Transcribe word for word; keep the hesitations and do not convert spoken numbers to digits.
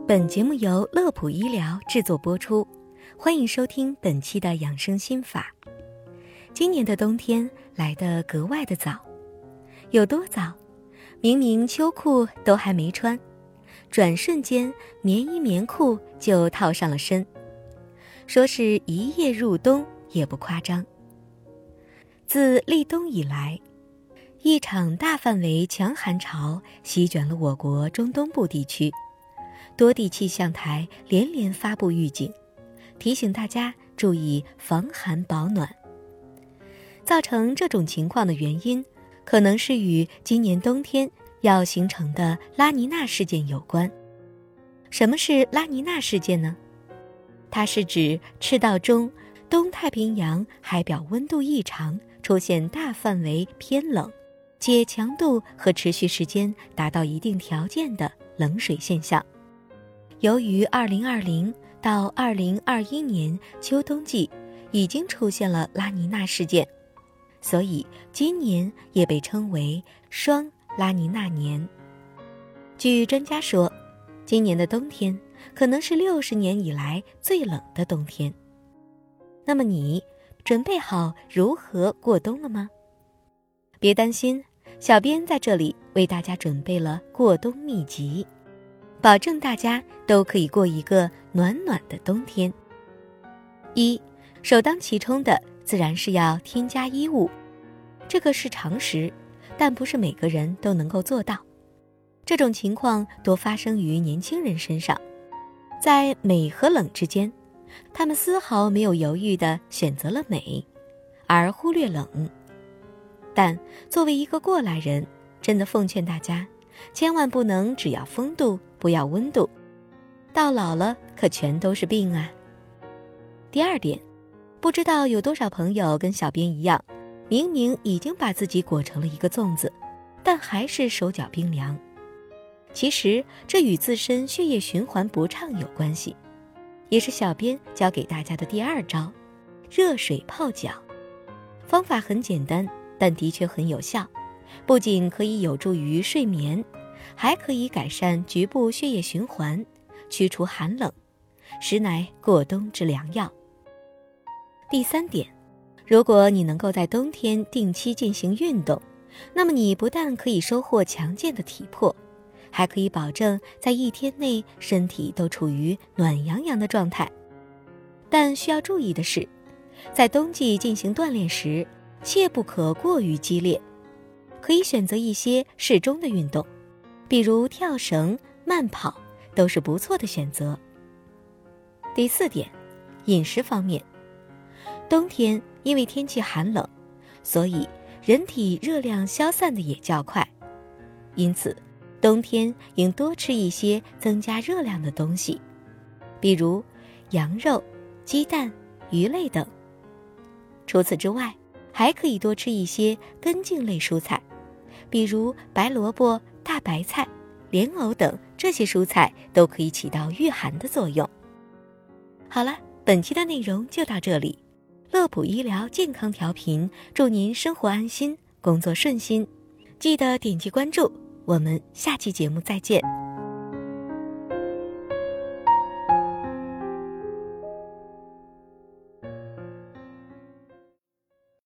本节目由乐普医疗制作播出，欢迎收听本期的养生心法。今年的冬天来得格外的早，有多早？明明秋裤都还没穿，转瞬间棉衣棉裤就套上了身，说是一夜入冬也不夸张。自立冬以来，一场大范围强寒潮席卷了我国中东部地区，多地气象台连连发布预警，提醒大家注意防寒保暖。造成这种情况的原因，可能是与今年冬天要形成的拉尼娜事件有关。什么是拉尼娜事件呢？它是指赤道中东太平洋海表温度异常，出现大范围偏冷，且强度和持续时间达到一定条件的冷水现象。由于二零二零到二零二一年秋冬季已经出现了拉尼娜事件，所以今年也被称为双拉尼娜年。据专家说，今年的冬天可能是六十年以来最冷的冬天。那么你准备好如何过冬了吗？别担心，小编在这里为大家准备了过冬秘籍，保证大家都可以过一个暖暖的冬天。一，首当其冲的自然是要添加衣物，这个是常识，但不是每个人都能够做到。这种情况多发生于年轻人身上，在美和冷之间，他们丝毫没有犹豫地选择了美，而忽略冷。但作为一个过来人，真的奉劝大家，千万不能只要风度不要温度，到老了可全都是病啊。第二点，不知道有多少朋友跟小编一样，明明已经把自己裹成了一个粽子，但还是手脚冰凉。其实这与自身血液循环不畅有关系，也是小编教给大家的第二招，热水泡脚。方法很简单，但的确很有效，不仅可以有助于睡眠，还可以改善局部血液循环，驱除寒冷，实乃过冬之良药。第三点，如果你能够在冬天定期进行运动，那么你不但可以收获强健的体魄，还可以保证在一天内身体都处于暖洋洋的状态。但需要注意的是，在冬季进行锻炼时，切不可过于激烈，可以选择一些适中的运动，比如跳绳、慢跑，都是不错的选择。第四点，饮食方面，冬天因为天气寒冷，所以人体热量消散的也较快，因此冬天应多吃一些增加热量的东西，比如羊肉、鸡蛋、鱼类等。除此之外，还可以多吃一些根茎类蔬菜，比如白萝卜、大白菜、莲藕等，这些蔬菜都可以起到御寒的作用。好了，本期的内容就到这里。乐普医疗健康调频，祝您生活安心，工作顺心。记得点击关注，我们下期节目再见。